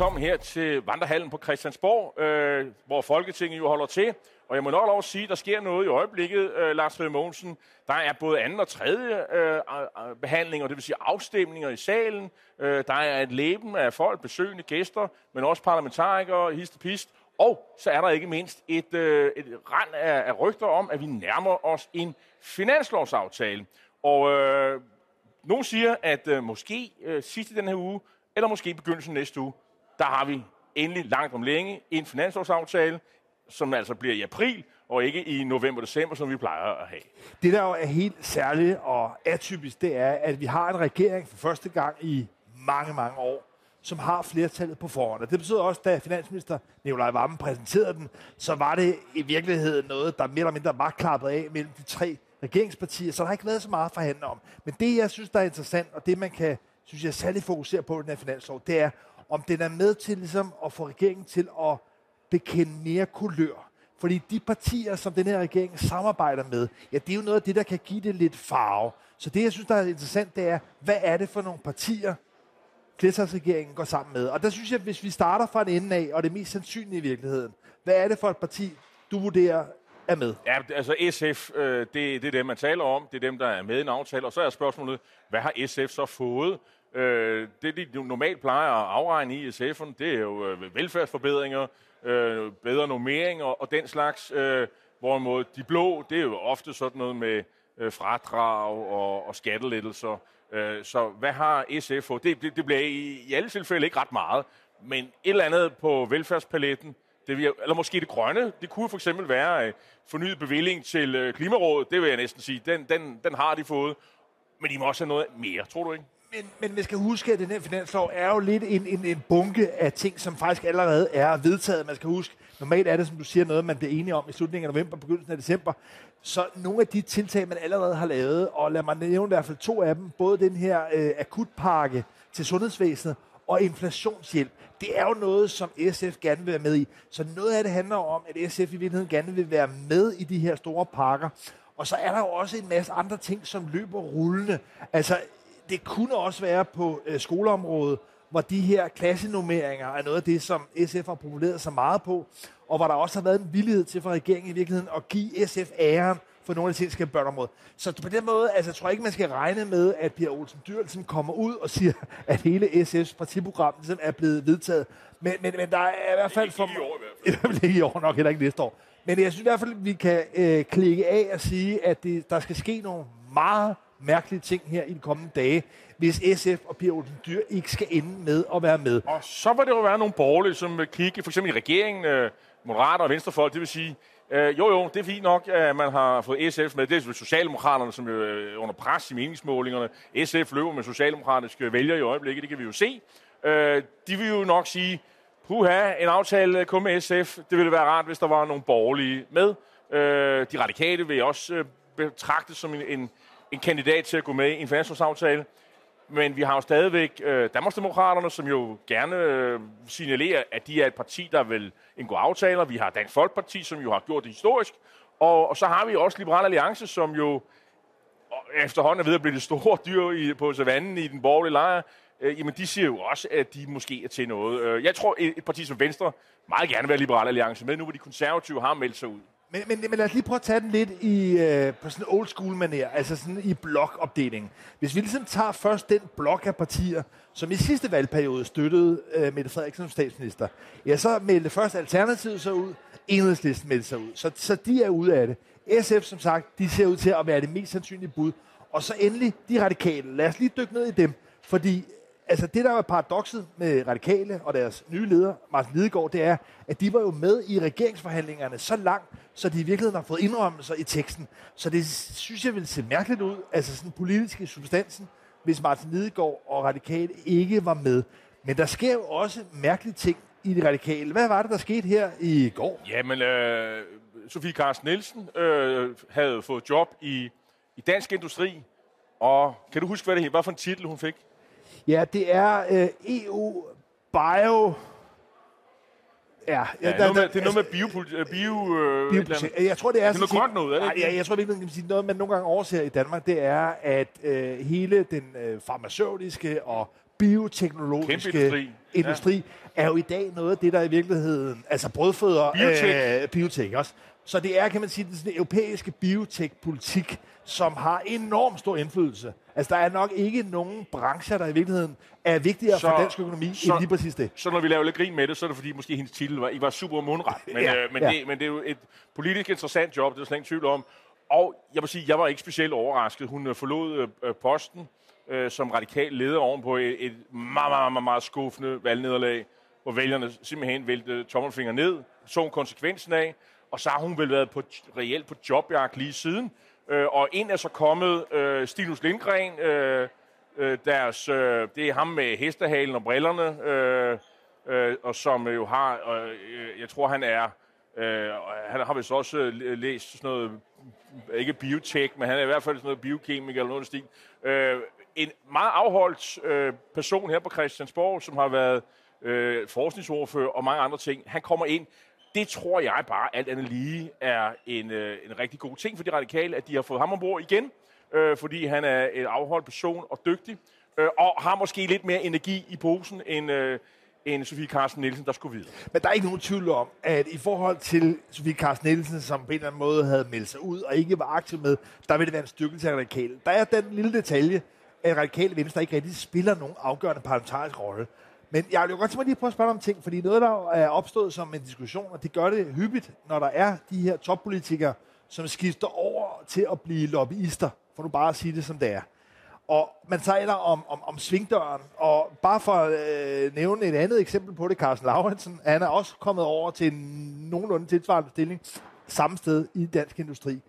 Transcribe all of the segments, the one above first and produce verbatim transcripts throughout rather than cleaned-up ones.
velkommen her til Vandrehallen på Christiansborg, øh, hvor Folketinget jo holder til. Og jeg må nok lov at sige, at der sker noget i øjeblikket, øh, Lars Frede Mogensen. Der er både anden og tredje øh, behandlinger, det vil sige afstemninger i salen. Øh, der er et leben af folk, besøgende gæster, men også parlamentarikere, hist og pist. Og så er der ikke mindst et, øh, et rand af, af rygter om, at vi nærmer os en finanslovsaftale. Og øh, nogen siger, at øh, måske øh, sidst i den her uge, eller måske begyndelsen næste uge, der har vi endelig langt om længe en finanslovsaftale, som altså bliver i april, og ikke i november-december, som vi plejer at have. Det, der jo er helt særligt og atypisk, det er, at vi har en regering for første gang i mange, mange år, som har flertallet på forhånd. Og det betyder også, da finansminister Nicolai Wammen præsenterede den, så var det i virkeligheden noget, der mere eller mindre var klappet af mellem de tre regeringspartier, så der har ikke været så meget at forhandle om. Men det, jeg synes, der er interessant, og det, man kan, synes jeg, særligt fokusere på i den her finanslov, det er, om den er med til ligesom, at få regeringen til at bekende mere kulør. Fordi de partier, som den her regering samarbejder med, ja, det er jo noget af det, der kan give det lidt farve. Så det, jeg synes, der er interessant, det er, hvad er det for nogle partier, flertalsregeringen går sammen med? Og der synes jeg, hvis vi starter fra en ende af, og det mest sandsynlige i virkeligheden, hvad er det for et parti, du vurderer er med? Ja, altså S F, øh, det, det er dem, man taler om. Det er dem, der er med i en aftale. Og så er spørgsmålet, hvad har S F så fået? Øh, det, de normalt plejer at afregne i S F'erne, det er jo øh, velfærdsforbedringer, øh, bedre normeringer og den slags. Øh, hvorimod de blå, det er jo ofte sådan noget med øh, fradrag og, og skattelettelser. Øh, så hvad har S F fået? Det, det, det bliver i, i alle tilfælde ikke ret meget, men et eller andet på velfærdspaletten, det vil, eller måske det grønne, det kunne for eksempel være øh, fornyet bevilling til øh, Klimarådet, det vil jeg næsten sige, den, den, den har de fået, men de må også have noget mere, tror du ikke? Men, men vi skal huske, at den her finanslov er jo lidt en, en, en bunke af ting, som faktisk allerede er vedtaget. Man skal huske, normalt er det, som du siger, noget, man bliver enige om i slutningen af november, begyndelsen af december. Så nogle af de tiltag, man allerede har lavet, og lad mig nævne i hvert fald to af dem, både den her øh, akutpakke til sundhedsvæsenet og inflationshjælp, det er jo noget, som S F gerne vil være med i. Så noget af det handler om, at S F i virkeligheden gerne vil være med i de her store pakker. Og så er der jo også en masse andre ting, som løber rullende. Altså, det kunne også være på øh, skoleområdet, hvor de her klassenummeringer er noget af det, som S F har populeret så meget på, og hvor der også har været en villighed til for regeringen i virkeligheden at give S F æren for nogle af de ting, der skal børneområdet. Så på den måde, altså, jeg tror ikke, man skal regne med, at Pia Olsen Dyhr kommer ud og siger, at hele S F's partiprogram ligesom er blevet vedtaget. Men, men, men der er i hvert fald... For, ikke i år i hvert fald. Ikke i år, nok heller ikke næste år. Men jeg synes i hvert fald, at vi kan øh, klikke af og sige, at det, der skal ske nogle meget mærkelige ting her i de kommende dage, hvis S F og Pia Olsen Dyhr ikke skal ende med at være med. Og så vil det jo være nogle borgerlige, som vil kigge, for eksempel i regeringen, øh, Moderater og Venstrefolk, det vil sige, øh, jo jo, det er fint nok, at man har fået S F med. Det er Socialdemokraterne, som jo er under pres i meningsmålingerne. S F løber med socialdemokratiske vælgere i øjeblikket, det kan vi jo se. Øh, de vil jo nok sige, puha, en aftale kun med S F, det ville være rart, hvis der var nogle borgerlige med. Øh, de radikale vil også øh, betragtes som en, en en kandidat til at gå med i en finanslovsaftale. Men vi har jo stadigvæk øh, Danmarksdemokraterne, som jo gerne øh, signalerer, at de er et parti, der vil indgå aftaler. Vi har Dansk Folkeparti, som jo har gjort det historisk. Og, og så har vi også Liberal Alliance, som jo efterhånden er ved at blive det store dyr i, på savannen i den borgerlige lejr. Øh, jamen, de siger jo også, at de måske er til noget. Øh, jeg tror, et, et parti som Venstre meget gerne vil være Liberal Alliance med, nu hvor de konservative har meldt sig ud. Men, men, men lad os lige prøve at tage den lidt i, øh, på sådan en old school manér, altså sådan i blokopdelingen. Hvis vi ligesom tager først den blok af partier, som i sidste valgperiode støttede øh, Mette Frederiksen som statsminister, ja, så meldte først Alternativet sig ud, Enhedslisten meldte sig ud. Så, så de er ude af det. S F, som sagt, de ser ud til at være det mest sandsynlige bud. Og så endelig de radikale. Lad os lige dykke ned i dem, fordi altså det, der var paradokset med radikale og deres nye leder, Martin Lidegaard, det er, at de var jo med i regeringsforhandlingerne så langt, så de i virkeligheden har fået indrømmelser i teksten. Så det synes jeg ville se mærkeligt ud, altså sådan politisk i substansen, hvis Martin Lidegaard og radikale ikke var med. Men der sker jo også mærkelige ting i de radikale. Hvad var det, der skete her i går? Jamen, øh, Sofie Carsten Nielsen øh, havde fået job i, i Dansk Industri, og kan du huske, hvad det hed? Hvad for en titel hun fik? Ja, det er øh, E U Bio... Ja, ja, der, noget med, der, det er noget med bio... bio, øh, bio jeg tror, det er... Det er noget godt noget, er det ikke? Ja, jeg tror virkelig, man kan sige noget, man nogle gange overser i Danmark, det er, at øh, hele den øh, farmaceutiske og bioteknologiske industri, industri ja. er jo i dag noget af det, der i virkeligheden, altså brødfødder biotek. Øh, biotek også. Så det er, kan man sige, den europæiske biotek-politik, som har enormt stor indflydelse. Altså, der er nok ikke nogen brancher, der i virkeligheden er vigtigere så, for dansk økonomi, så, end lige præcis det. Så når vi laver lidt grin med det, så er det fordi, måske hendes titel var, I var super mundret. Men, ja, øh, men, ja. det, men det er jo et politisk interessant job, det er slet ingen tvivl om. Og jeg vil sige, jeg var ikke specielt overrasket. Hun forlod øh, posten øh, som radikal leder ovenpå et, et meget, meget, meget, meget skuffende valgnederlag, hvor vælgerne simpelthen vælte tommelfinger ned, så hun konsekvensen af, og så har hun vel været på, reelt på jobjagt lige siden. Øh, og ind er så kommet øh, Stinus Lindgren, øh, øh, deres, øh, det er ham med hestehalen og brillerne, øh, øh, og som jo har, øh, jeg tror han er, øh, han har vist også øh, læst sådan noget, ikke biotek, men han er i hvert fald sådan noget biokemiker eller noget af stil. Øh, en meget afholdt øh, person her på Christiansborg, som har været øh, forskningsordfører og mange andre ting, han kommer ind. Det tror jeg bare, alt andet lige, er en, øh, en rigtig god ting for de radikale, at de har fået ham ombord igen, øh, fordi han er en afholdt person og dygtig, øh, og har måske lidt mere energi i posen end, øh, end Sofie Carsten Nielsen, der skulle videre. Men der er ikke nogen tvivl om, at i forhold til Sofie Carsten Nielsen, som på en eller anden måde havde meldt sig ud og ikke var aktiv med, der vil det være en styrkelse af radikale. Der er den lille detalje, at radikale Venstre ikke rigtig spiller nogen afgørende parlamentarisk rolle. Men jeg vil jo godt lige prøve at spørge om ting, fordi noget, der er opstået som en diskussion, og det gør det hyppigt, når der er de her toppolitikere, som skifter over til at blive lobbyister, for nu bare at sige det, som det er. Og man taler om, om, om svingdøren, og bare for at øh, nævne et andet eksempel på det, Carsten Lauritsen, han er også kommet over til en nogenlunde tilsvarende stilling samme sted i dansk industri.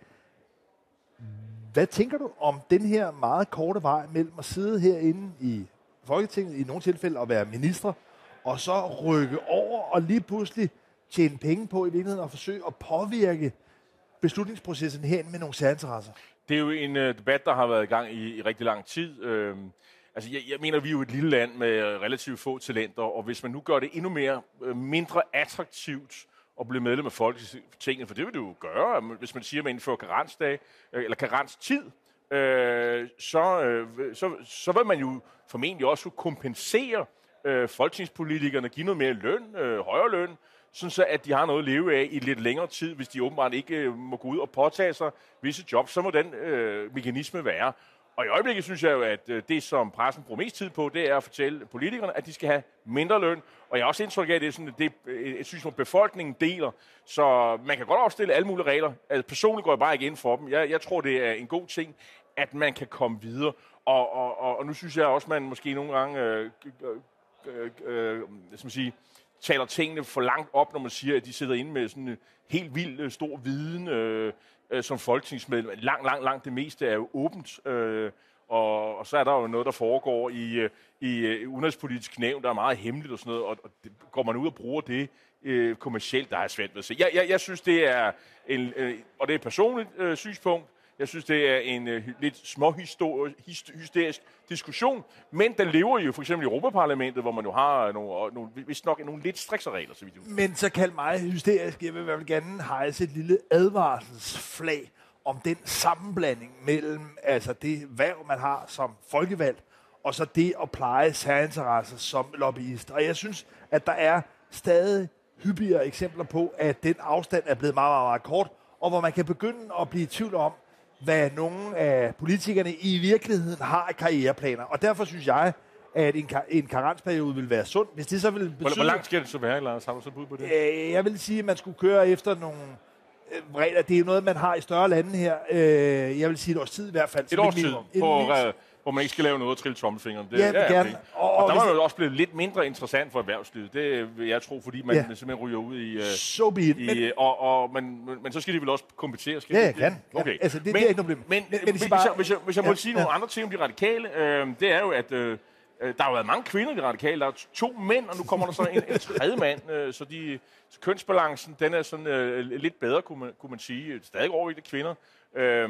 Hvad tænker du om den her meget korte vej mellem at sidde herinde i Folketinget i nogle tilfælde at være minister, og så rykke over og lige pludselig tjene penge på i virkeligheden og forsøge at påvirke beslutningsprocessen herinde med nogle særinteresser? Det er jo en uh, debat, der har været i gang i, i rigtig lang tid. Uh, altså, jeg, jeg mener, vi er jo et lille land med relativt få talenter, og hvis man nu gør det endnu mere uh, mindre attraktivt at blive medlem af Folketinget, for det vil det jo gøre, hvis man siger, at man indfører karensdag, uh, eller karenstid, uh, så, uh, så, så vil man jo formentlig også kompensere uh, folketingspolitikerne, give noget mere løn, uh, højere løn, sådan så at de har noget at leve af i lidt længere tid, hvis de åbenbart ikke øh, må gå ud og påtage sig visse jobs, så må den øh, mekanisme være. Og i øjeblikket synes jeg jo, at øh, det, som pressen bruger mest tid på, det er at fortælle politikerne, at de skal have mindre løn. Og jeg har også indtryk af, at det er sådan, at det er et synspunkt, befolkningen deler. Så man kan godt opstille alle mulige regler. Altså, personligt går jeg bare ikke ind for dem. Jeg, jeg tror, det er en god ting, at man kan komme videre. Og, og, og, og nu synes jeg også, at man måske nogle gange øh, øh, øh, øh, som sige, taler tingene for langt op, når man siger, at de sidder inde med sådan en helt vild øh, stor viden øh, øh, som folketingsmedlem. Langt, langt, langt det meste er jo åbent, øh, og, og så er der jo noget, der foregår i, øh, i øh, udenrigspolitisk nævn, der er meget hemmeligt og sådan noget, og, og det, går man ud og bruger det øh, kommercielt, der er svært ved at se. Jeg, jeg, jeg synes, det er en, øh, og det er et personligt øh, synspunkt. Jeg synes, det er en øh, lidt småhysterisk diskussion, men den lever jo for eksempel i Europaparlamentet, hvor man jo har nogle, nogle, vist nok nogle lidt strikse regler. Så vidt jeg men så kald mig hysterisk. Jeg vil i hvert fald gerne hejse et lille advarselsflag om den sammenblanding mellem altså det værv, man har som folkevalgt, og så det at pleje særinteresser som lobbyist. Og jeg synes, at der er stadig hyppigere eksempler på, at den afstand er blevet meget, meget, meget kort, og hvor man kan begynde at blive i tvivl om, hvad nogle af politikerne i virkeligheden har af karriereplaner. Og derfor synes jeg, at en, kar- en karensperiode vil være sund. Hvis det så vil betyde... Hvor langt skal det så være, Lars? Har du så bud på det? Øh, jeg vil sige, at man skulle køre efter nogle øh, regler. Det er jo noget, man har i større lande her. Øh, jeg vil sige et års tid i hvert fald. Et års tid, på, øh, hvor man ikke skal lave noget og trille tommelfingeren. Det, ja, ja, gerne. Okay. Og, og, og der var jo også blevet lidt mindre interessant for erhvervslivet. Det vil jeg tro, fordi man ja. simpelthen ryger ud i... Uh, so be it. I, men, og, og, men, men så skal de vel også kompensere? Skal ja, de? jeg kan. Okay. Altså, det, men, det er ikke noget problem. Men, men, men hvis, bare, jeg, hvis, jeg, hvis jeg ja, må sige ja. nogle ja. andre ting om de radikale, øh, det er jo, at øh, der har været mange kvinder i de radikale. Der er to mænd, og nu kommer der så en, en tredje mand. Øh, så, de, så kønsbalancen, den er sådan øh, lidt bedre, kunne man, kunne man sige. Stadig overvægtige kvinder. Øh,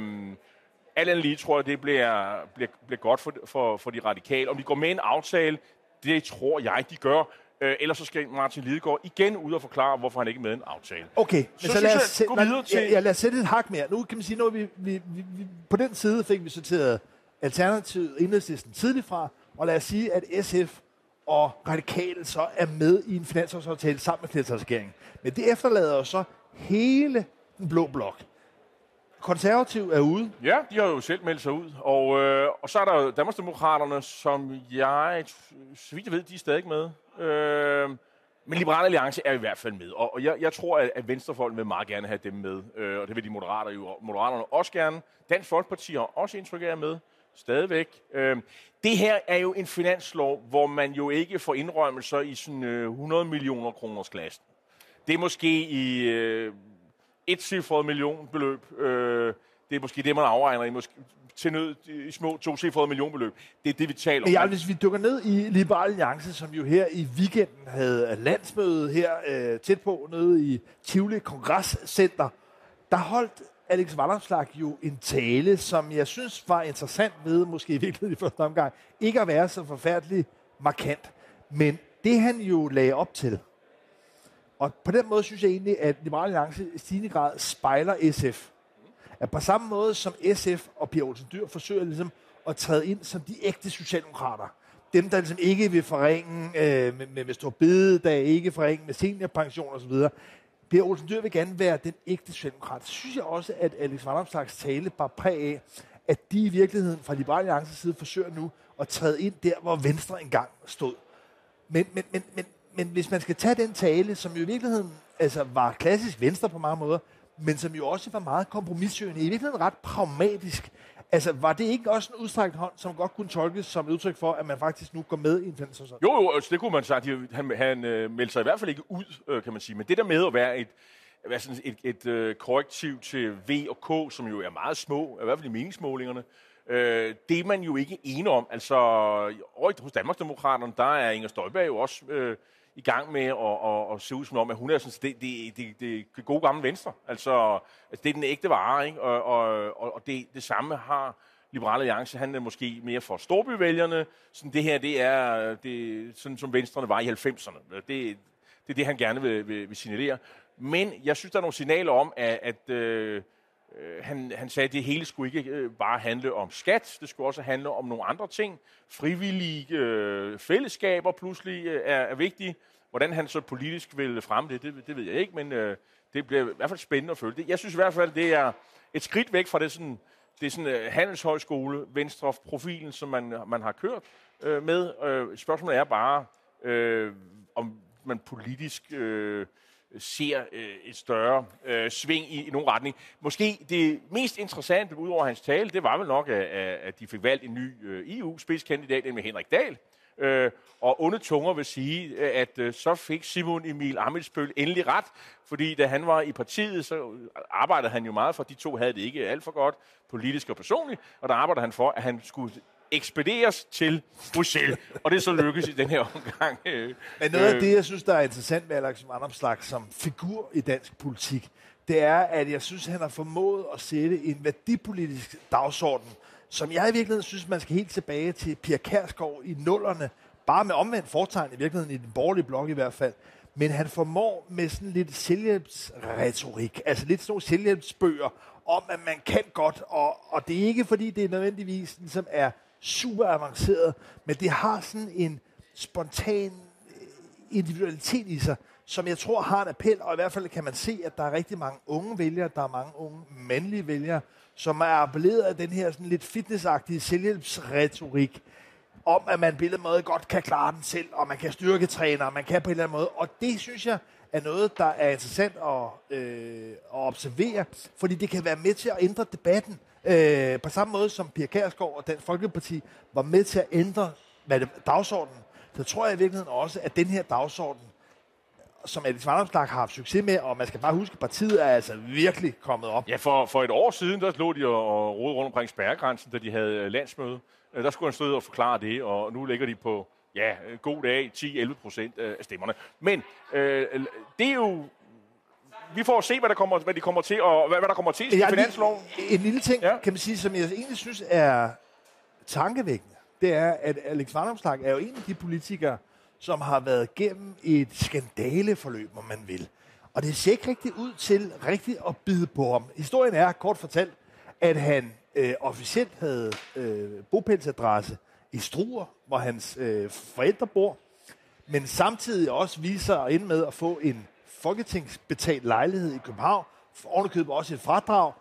Alt andet lige tror jeg, det bliver, bliver, bliver godt for, for, for de radikale. Om de går med en aftale, det tror jeg, de gør. Øh, ellers så skal Martin Lidegaard igen ud og forklare, hvorfor han ikke er med i en aftale. Okay, men så, så, så lad os jeg, gå videre til... Ja, ja, lad os sætte et hak mere. Nu kan man sige, at vi, vi, vi, vi, på den side fik vi sorteret Alternativet, Enhedslisten tidligt fra, Og lad os sige, at S F og Radikale så er med i en finanslovsaftale sammen med flertalsregeringen. Men det efterlader jo så hele den blå blok. Konservativ er ude. Ja, de har jo selv meldt sig ud. Og, øh, og så er der jo Danmarksdemokraterne, som jeg, så vidt jeg ved, de er stadig med. Øh, men Liberal Alliance er i hvert fald med. Og, og jeg, jeg tror, at, at Venstrefolk vil meget gerne have dem med. Øh, og det vil de moderater jo. Moderaterne også gerne. Dansk Folkeparti har også indtryk af med. Stadigvæk. Øh, det her er jo en finanslov, hvor man jo ikke får indrømmelser i sådan øh, hundrede millioner kroners klassen. Det er måske i øh, et cifret millionbeløb. Øh, det er måske det, man afregner i, måske til nød i små to cifrede millionbeløb. Det er det, vi taler om. Ja, hvis vi dykker ned i Liberal Alliance, som jo her i weekenden havde landsmøde her øh, tæt på, nede i Tivoli Kongresscenter, der holdt Alex Vanopslagh jo en tale, som jeg synes var interessant ved, måske i virkeligheden i første omgang, ikke at være så forfærdeligt markant. Men det han jo lagde op til, og på den måde synes jeg egentlig, at Liberal Alliance i stigende grad spejler S F. At på samme måde som S F og Pia Olsen Dyhr forsøger ligesom at træde ind som de ægte socialdemokrater. Dem, der ligesom ikke vil forringe øh, med, med, med stor bededag, ikke forringe med seniorpension osv. Pia Olsen Dyhr vil gerne være den ægte socialdemokrat. Så synes jeg også, at Alex Vanopslaghs tale bare præg af, at de i virkeligheden fra Liberal Alliances side forsøger nu at træde ind der, hvor Venstre engang stod. Men, men, men, men, men hvis man skal tage den tale, som jo i virkeligheden altså, var klassisk Venstre på mange måder, men som jo også var meget kompromissøgende, i virkeligheden ret pragmatisk. Altså, var det ikke også en udstrakt hånd, som godt kunne tolkes som et udtryk for, at man faktisk nu går med i en finanslov? Jo, jo, altså, det kunne man sige. Han, han øh, meldte sig i hvert fald ikke ud, øh, kan man sige. Men det der med at være et, være sådan et, et, et øh, korrektiv til V og K, som jo er meget små, i hvert fald i meningsmålingerne, øh, det er man jo ikke enig om. Altså, hos Danmarksdemokraterne, der er Inger Støjberg jo også øh, i gang med at, at, at se ud som om, at hun er sådan, det, det, det, det gode gamle Venstre. Altså, altså, det er den ægte vare, ikke? Og, og, og det, det samme har Liberal Alliance. Han er måske mere for storbyvælgerne. Sådan det her, det er det, sådan som Venstrene var i halvfemserne. Det, det er det, han gerne vil, vil, vil signalere. Men jeg synes, der er nogle signaler om, at, at øh, han, han sagde, at det hele skulle ikke øh, bare handle om skat. Det skulle også handle om nogle andre ting. Frivillige øh, fællesskaber pludselig øh, er, er vigtige. Hvordan han så politisk vil fremme det, det, det ved jeg ikke, men øh, det bliver i hvert fald spændende at følge det. Jeg synes i hvert fald, det er et skridt væk fra det sådan, det er sådan uh, handelshøjskole, Venstre-profilen, som man, man har kørt øh, med. Øh, spørgsmålet er bare, øh, om man politisk øh, ser øh, et større øh, sving i, i nogen retning. Måske det mest interessante, ud over hans tale, det var vel nok, at, at de fik valgt en ny øh, E U-spidskandidat med Henrik Dahl. Øh, og onde tunger vil sige, at øh, så fik Simon Emil Ammitzbøll endelig ret, fordi da han var i partiet, så arbejdede han jo meget for, de to havde det ikke alt for godt, politisk og personligt, og der arbejdede han for, at han skulle ekspederes til Bruxelles, og det er så lykkedes i den her omgang. Øh, Men noget af det, jeg synes, der er interessant med Alex Vanopslagh som figur i dansk politik, det er, at jeg synes, han har formået at sætte en værdipolitisk dagsorden, som jeg i virkeligheden synes, man skal helt tilbage til Pia Kjærsgaard i nullerne, bare med omvendt fortegn i virkeligheden, i den borgerlige blok i hvert fald. Men han formår med sådan lidt selvhjælpsretorik, altså lidt sådan nogle selvhjælpsbøger, om at man kan godt, og, og det er ikke fordi, det er nødvendigvis ligesom er super avanceret, men det har sådan en spontan individualitet i sig, som jeg tror har en appel, og i hvert fald kan man se, at der er rigtig mange unge vælgere, der er mange unge mandlige vælgere, som er appelleret af den her sådan lidt fitnessagtige selvhjælpsretorik, om at man på en eller anden måde godt kan klare den selv, og man kan styrketræne, og man kan på en eller anden måde. Og det synes jeg er noget, der er interessant at, øh, at observere, fordi det kan være med til at ændre debatten. Øh, på samme måde som Pia Kjærsgaard og Dansk Folkeparti var med til at ændre hvad det, dagsordenen, så tror jeg i virkeligheden også, at den her dagsorden, som Alex Vanopslagh har haft succes med, og man skal bare huske, at partiet er altså virkelig kommet op. Ja, for, for et år siden, der lå de og, og rode rundt omkring spærregrænsen, da de havde landsmøde. Der skulle han stå og forklare det, og nu ligger de på, ja, god dag, ti til elleve procent af stemmerne. Men øh, det er jo... Vi får se, hvad der kommer, hvad de kommer til, og hvad, hvad der kommer til i finansloven. En lille ting, ja. Kan man sige, som jeg egentlig synes er tankevækkende, det er, at Alex Vanopslagh er jo en af de politikere, som har været gennem et skandaleforløb, om man vil. Og det ser ikke rigtig ud til rigtigt at bide på ham. Historien er, kort fortalt, at han øh, officielt havde øh, bopælsadresse i Struer, hvor hans øh, forældre bor, men samtidig også viser at ende med at få en folketingsbetalt lejlighed i København, ovenikøbet også et fradrag.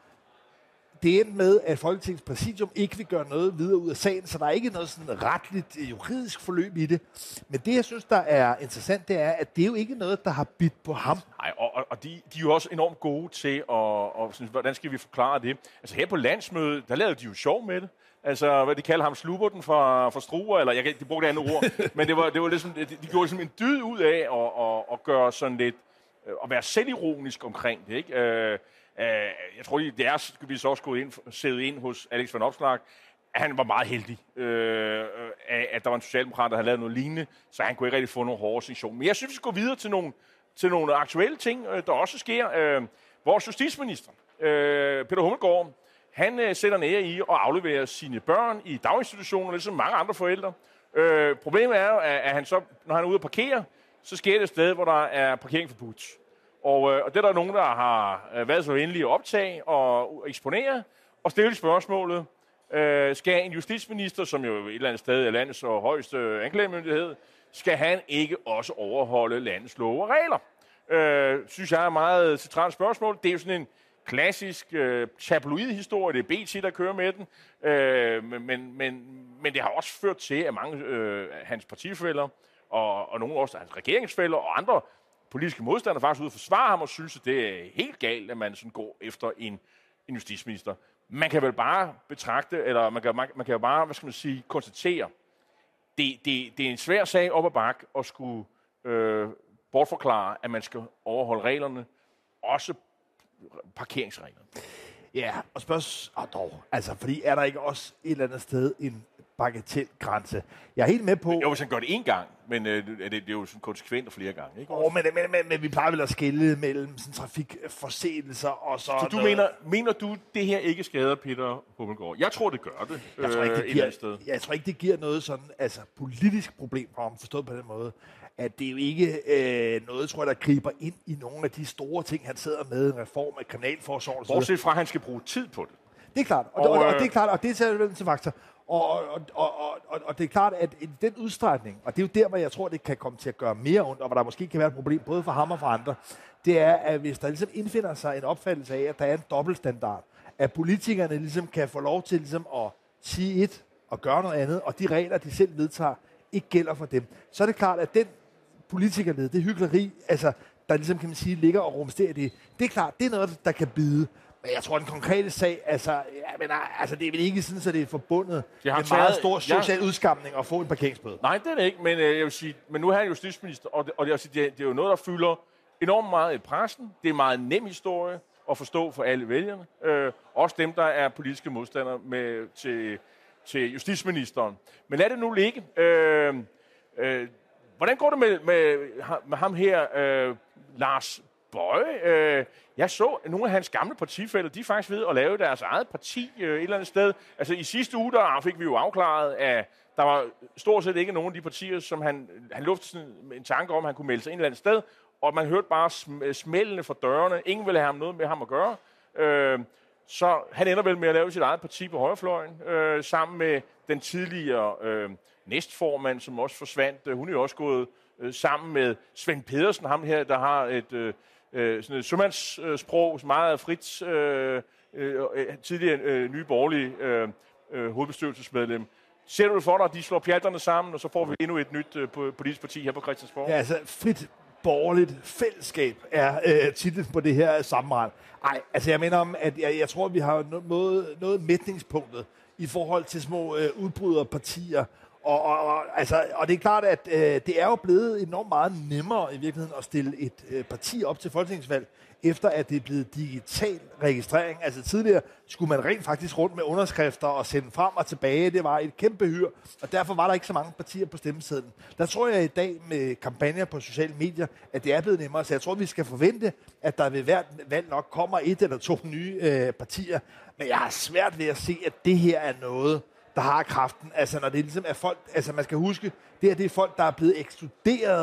Det endte med, at Folketingets præsidium ikke vil gøre noget videre ud af sagen, så der er ikke noget sådan retligt juridisk forløb i det. Men det, jeg synes, der er interessant, det er, at det er jo ikke noget, der har bidt på ham. Nej, og, og de, de er jo også enormt gode til at, og, synes, hvordan skal vi forklare det? Altså her på landsmødet, der lavede de jo sjov med det. Altså, hvad de kalder ham, Sluberten fra, fra Struer, eller jeg kan ikke bruge det andet ord, men det var, det var ligesom, de, de gjorde ligesom en dyd ud af at, at, at gøre sådan lidt, at være selvironisk omkring det, ikke? Øh, øh, jeg tror, det er, skal vi så også gå ind, sæde ind hos Alex van Opslark, at han var meget heldig, øh, af, at der var en socialdemokrat, der havde lavet noget lignende, så han kunne ikke rigtig få nogle hårde sanktioner. Men jeg synes, vi skal gå videre til nogle, til nogle aktuelle ting, der også sker. Øh, vores justitsminister, øh, Peter Hummelgaard, han øh, sætter nære i at aflevere sine børn i daginstitutioner, ligesom mange andre forældre. Øh, problemet er jo, at, at han så, når han er ude at parkere, så sker det et sted, hvor der er parkering forbudt. Og, øh, og det er der nogen, der har været så venlige at optage og eksponere, og stille spørgsmålet, øh, skal en justitsminister, som jo et eller andet sted er landets og højeste anklagemyndighed, skal han ikke også overholde landets love og regler? Øh, synes jeg er et meget centralt spørgsmål. Det er jo sådan en klassisk øh, tabloid-historie, det er B T, der kører med den, øh, men, men, men det har også ført til, at mange øh, hans partifæller, og, og nogle også hans regeringsfæller og andre politiske modstandere faktisk ude at forsvare ham og synes, at det er helt galt, at man sådan går efter en, en justitsminister. Man kan vel bare betragte, eller man kan, man, man kan jo bare, hvad skal man sige, konstatere, det, det, det er en svær sag op ad bakke at skulle øh, bortforklare, at man skal overholde reglerne, også parkeringsreglerne. Ja, og spørgsmålet, oh, dog, altså, fordi er der ikke også et eller andet sted en bagatelgrænse? Jeg er helt med på... Jo, hvis han gør det én gang, men øh, det, det er jo sådan konsekvent og flere gange, ikke? Oh, men, men, men, men vi plejer vel at skille mellem sådan trafikforseelser og så... Så du noget... mener, mener du, det her ikke skader Peter Hummelgaard? Jeg tror, det gør det. Jeg tror ikke, det øh, giver, sted. Jeg tror ikke, det giver noget sådan, altså politisk problem for ham, forstået på den måde, at det er jo ikke øh, noget, tror jeg, der griber ind i nogle af de store ting, han sidder med, en reform af kriminalforsorgen. Bortset fra, at han skal bruge tid på det. Det er klart, og, og, og, og det er klart, og det er selvfølgelig til faktor. Og, og, og, og, og det er klart, at i den udstrækning, og det er jo der, hvor jeg tror, det kan komme til at gøre mere ondt, og hvor der måske kan være et problem, både for ham og for andre, det er, at hvis der ligesom indfinder sig en opfattelse af, at der er en dobbeltstandard, at politikerne ligesom kan få lov til ligesom at sige et og gøre noget andet, og de regler, de selv vedtager, ikke gælder for dem, så er det klart, at den politikerled, det hykleri, altså, der ligesom, kan man sige, ligger og rumsterer i det, det er klart, det er noget, der kan bide. Men jeg tror, den konkrete sag, altså, ja, men, altså det er vel ikke sådan, at det er forbundet med en meget stor social ja. udskamning at få en parkeringsbøde. Nej, det er det ikke, men øh, jeg vil sige, men nu er han justitsminister, og, det, og det, det, det er jo noget, der fylder enormt meget i pressen. Det er en meget nem historie at forstå for alle vælgerne. Øh, også dem, der er politiske modstandere med, til, til justitsministeren. Men lad det nu ligge. Øh, øh, hvordan går det med, med, med ham her, øh, Lars Boje? Øh, jeg så, at nogle af hans gamle partifæller, de er faktisk ved at lave deres eget parti øh, et eller andet sted. Altså i sidste uge, der fik vi jo afklaret, at der var stort set ikke nogen af de partier, som han, han luftede sådan en tanke om, at han kunne melde sig ind et eller andet sted, og man hørte bare sm- smældene fra dørene. Ingen ville have noget med ham at gøre. Øh, så han ender vel med at lave sit eget parti på højrefløjen, øh, sammen med den tidligere øh, næstformand, som også forsvandt. Hun er jo også gået øh, sammen med Svend Pedersen, ham her, der har et... Øh, Øh, sådan et sømandssprog, meget frit, øh, øh, tidligere øh, nye borgerlige øh, øh, hovedbestyrelsesmedlem. Ser du det for dig, at de slår pjalterne sammen, og så får vi endnu et nyt øh, politisk parti her på Christiansborg? Ja, altså frit borgerligt fællesskab er øh, titlen på det her sammenrend. Ej, altså jeg mener om, at jeg, jeg tror, at vi har noget, noget mætningspunktet i forhold til små øh, udbryderpartier. Og, og, og, altså, og det er klart, at øh, det er jo blevet enormt meget nemmere i virkeligheden at stille et øh, parti op til folketingsvalg, efter at det er blevet digital registrering. Altså tidligere skulle man rent faktisk rundt med underskrifter og sende frem og tilbage. Det var et kæmpe hyr, og derfor var der ikke så mange partier på stemmesedlen. Der tror jeg i dag med kampagner på sociale medier, at det er blevet nemmere. Så jeg tror, vi skal forvente, at der ved hvert valg nok kommer et eller to nye øh, partier. Men jeg har svært ved at se, at det her er noget, der har kraften. Altså når det ligesom er folk, altså man skal huske, det her det er folk, der er blevet ekskluderet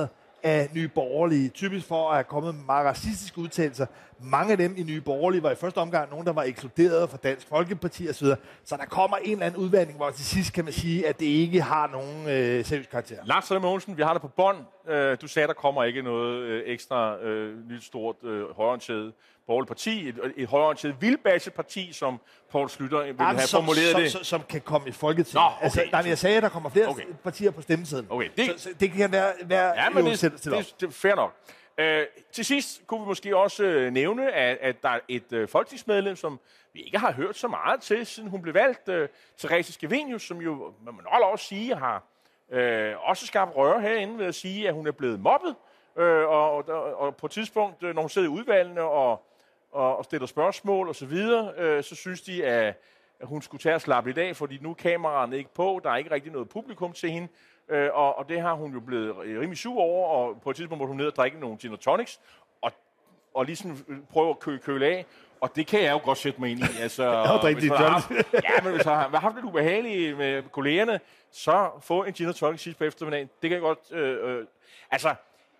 af Nye Borgerlige, typisk for at have kommet med meget racistiske udtalelser. Mange af dem i Nye Borgerlige var i første omgang nogen, der var ekskluderet fra Dansk Folkeparti osv. Så der kommer en eller anden udvandring, hvor til sidst kan man sige, at det ikke har nogen øh, seriøs karakter. Lars Mogensen, vi har det på bånd. Øh, du sagde, der kommer ikke noget øh, ekstra øh, nyt stort øh, højreorienteret borgerligt parti. Et, et højreorienteret vildbasseparti, som Poul Schlüter ville have som, formuleret som, det. Som, som kan komme i Folketinget. Nå, okay. Altså, nej, men jeg sagde, at der kommer flere okay. partier på stemmesedlen. Okay, det, så, så det kan være, være ja, men jo det, selv, selv det, det er fair nok. Øh, til sidst kunne vi måske også øh, nævne, at, at der er et øh, folketingsmedlem, som vi ikke har hørt så meget til, siden hun blev valgt. Øh, Therese Scavenius, som jo, man må nok også sige, har øh, også skabt røre herinde ved at sige, at hun er blevet mobbet. Øh, og, og, og på et tidspunkt, når hun sidder i udvalgene og, og, og stiller spørgsmål osv., så, øh, så synes de, at, at hun skulle tage og slappe lidt af, fordi nu er kameraerne ikke på, der er ikke rigtig noget publikum til hende. Øh, og, og det har hun jo blevet rimelig sur over, og på et tidspunkt måtte hun ned og drikke nogle gin og tonics, og, og ligesom prøve at kø, køle af. Og det kan jeg jo godt sætte mig ind i. Altså, hvis man har haft, ja, men hvis man har haft lidt ubehageligt med kollegerne, så få en gin og tonic sidst på eftermiddagen. Det kan jeg godt... Øh, øh, altså,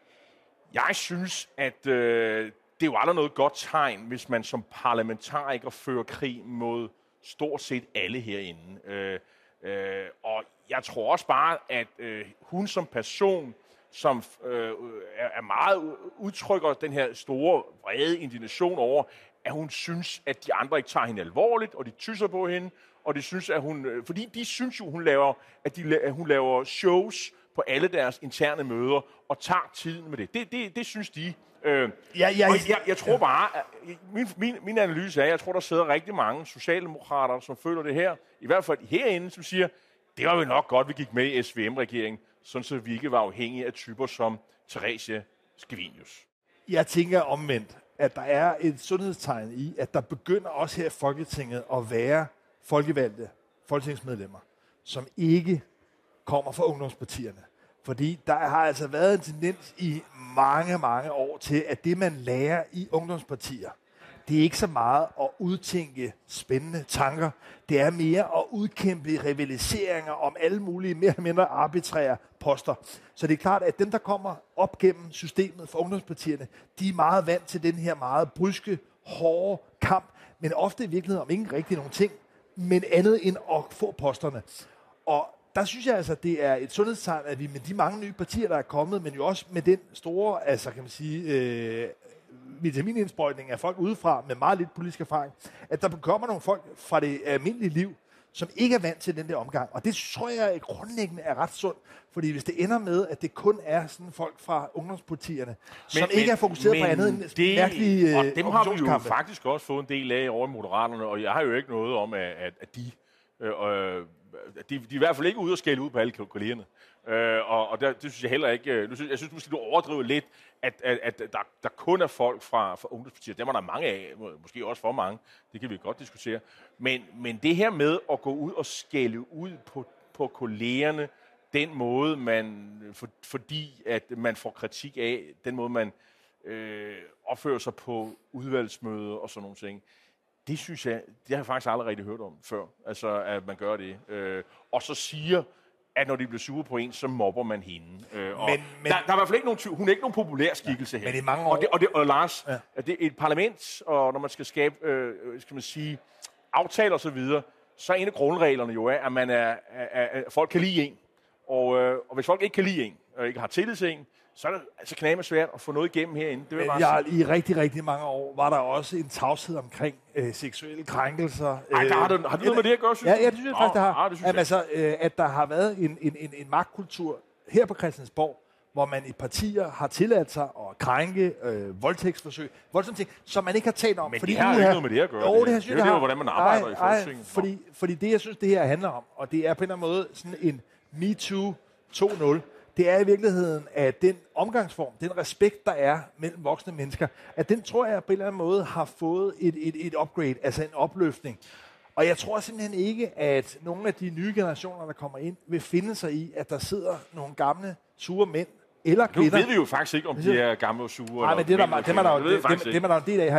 jeg synes, at øh, det er jo aldrig noget godt tegn, hvis man som parlamentariker fører krig mod stort set alle herinde. Øh, øh, og jeg tror også bare, at øh, hun som person, som øh, er meget udtrykker den her store, vrede indignation over, at hun synes, at de andre ikke tager hende alvorligt, og de tysser på hende, og de synes, at hun, øh, fordi de synes jo, hun laver, at, de, at hun laver shows på alle deres interne møder, og tager tiden med det. Det, det, det synes de. Øh, ja, ja, og jeg, jeg tror bare, at min, min, min analyse er, at jeg tror, der sidder rigtig mange socialdemokrater, som føler det her, i hvert fald herinde, som siger, det var jo nok godt, vi gik med i S V M-regeringen, sådan så vi ikke var afhængige af typer som Therese Scavenius. Jeg tænker omvendt, at der er et sundhedstegn i, at der begynder også her i Folketinget at være folkevalgte folketingsmedlemmer, som ikke kommer fra ungdomspartierne. Fordi der har altså været en tendens i mange, mange år til, at det, man lærer i ungdomspartier, det er ikke så meget at udtænke spændende tanker. Det er mere at udkæmpe rivaliseringer om alle mulige mere eller mindre arbitrære poster. Så det er klart, at dem, der kommer op gennem systemet for ungdomspartierne, de er meget vant til den her meget bryske, hårde kamp, men ofte i virkeligheden om ikke rigtig nogen ting, men andet end at få posterne. Og der synes jeg altså, at det er et sundhedstegn, at vi med de mange nye partier, der er kommet, men jo også med den store, altså kan man sige, øh, vitaminindsprøjtning af folk udefra med meget lidt politisk erfaring, at der kommer nogle folk fra det almindelige liv, som ikke er vant til den der omgang. Og det tror jeg grundlæggende er ret sundt, fordi hvis det ender med, at det kun er sådan folk fra ungdomspartierne, som men, ikke er fokuseret men, på andet end det, mærkelige og dem har vi jo faktisk også fået en del af over i Moderaterne, og jeg har jo ikke noget om, at, at, at de... Øh, øh, De, de er i hvert fald ikke ude og skælde ud på alle kollegerne. Øh, og og der, det synes jeg heller ikke... Nu synes, jeg synes måske, du overdriver lidt, at, at, at der, der kun er folk fra, fra ungdomspartier. Dem er der mange af, måske også for mange. Det kan vi godt diskutere. Men, men det her med at gå ud og skælde ud på, på kollegerne, den måde, man... For, fordi at man får kritik af, den måde, man øh, opfører sig på udvalgsmøder og sådan nogle ting, det synes jeg, det har jeg faktisk aldrig rigtig hørt om før, altså at man gør det. Øh, og så siger, at når de bliver sure på en, så mobber man hende. Øh, og men, men, der, der er i hvert fald ikke nogen, hun er ikke nogen populær skikkelse ja, her. Men i mange år... Og, det, og, det, og Lars, ja. At det er et parlament, og når man skal skabe, øh, skal man sige, aftaler og så videre, så er en af grundreglerne jo er, at man er, at, at folk kan lide en. Og, øh, og hvis folk ikke kan lide en, og ikke har tillid til en, så er det altså knæme svært at få noget igennem herinde. Det vil jeg bare ja, i rigtig, rigtig mange år var der også en tavshed omkring øh, seksuelle krænkelser. Nej, der har, du, har du noget med det at gøre, synes ja, ja, det synes jeg faktisk, oh, der har. Ah, det Jamen, altså, øh, at der har været en, en, en, en magtkultur her på Christiansborg, hvor man i partier har tilladt sig at krænke, øh, voldtægtsforsøg, voldsomme ting, som man ikke har talt om. Men fordi det har jo ikke noget med det at gøre. Jo, det, det, det er jo det, hvordan man arbejder ej, i Folketinget. Fordi, fordi det, jeg synes, det her handler om, og det er på en eller anden måde sådan en MeToo to nul, det er i virkeligheden, at den omgangsform, den respekt, der er mellem voksne mennesker, at den, tror jeg, på en eller anden måde har fået et, et, et upgrade, altså en opløftning. Og jeg tror simpelthen ikke, at nogle af de nye generationer, der kommer ind, vil finde sig i, at der sidder nogle gamle, sure mænd eller kvinder. Nu ved vi jo faktisk ikke, om de er gamle og sure. Nej, men det er der, dem er der jo en del af herinde.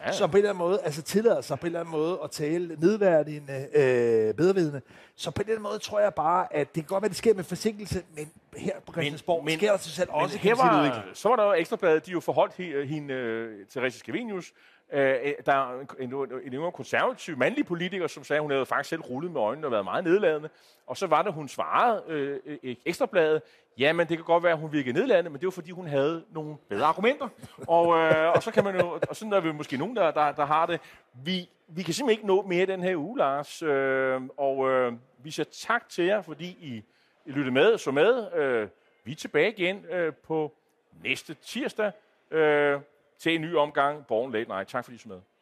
ja. som på en eller anden måde altså tillader sig på en eller anden måde at tale nedværdigende, øh, bedrevidende. Så på en eller anden måde tror jeg bare, at det kan godt være, det sker med forsinkelse, men her på Christiansborg sker der til selv også. Her var, så var der jo Ekstrabladet, de jo forholdt hende, uh, Therese Scavenius. Uh, der er en, en, en yngre konservativ mandlig politiker, som sagde, at hun havde faktisk selv rullet med øjnene og været meget nedladende. Og så var det, hun svarede uh, Ekstrabladet, ja, men det kan godt være, at hun virkede nedladende, men det var, fordi hun havde nogle bedre argumenter. og, uh, og så kan man jo, og sådan er vi måske nogen, der, der, der har det. Vi, vi kan simpelthen ikke nå mere den her uge, Lars. Uh, og uh, vi siger tak til jer, fordi I, I lyttede med og så med. Uh, vi er tilbage igen uh, på næste tirsdag. Uh, til en ny omgang Borgen Late Night. Tak fordi I så med.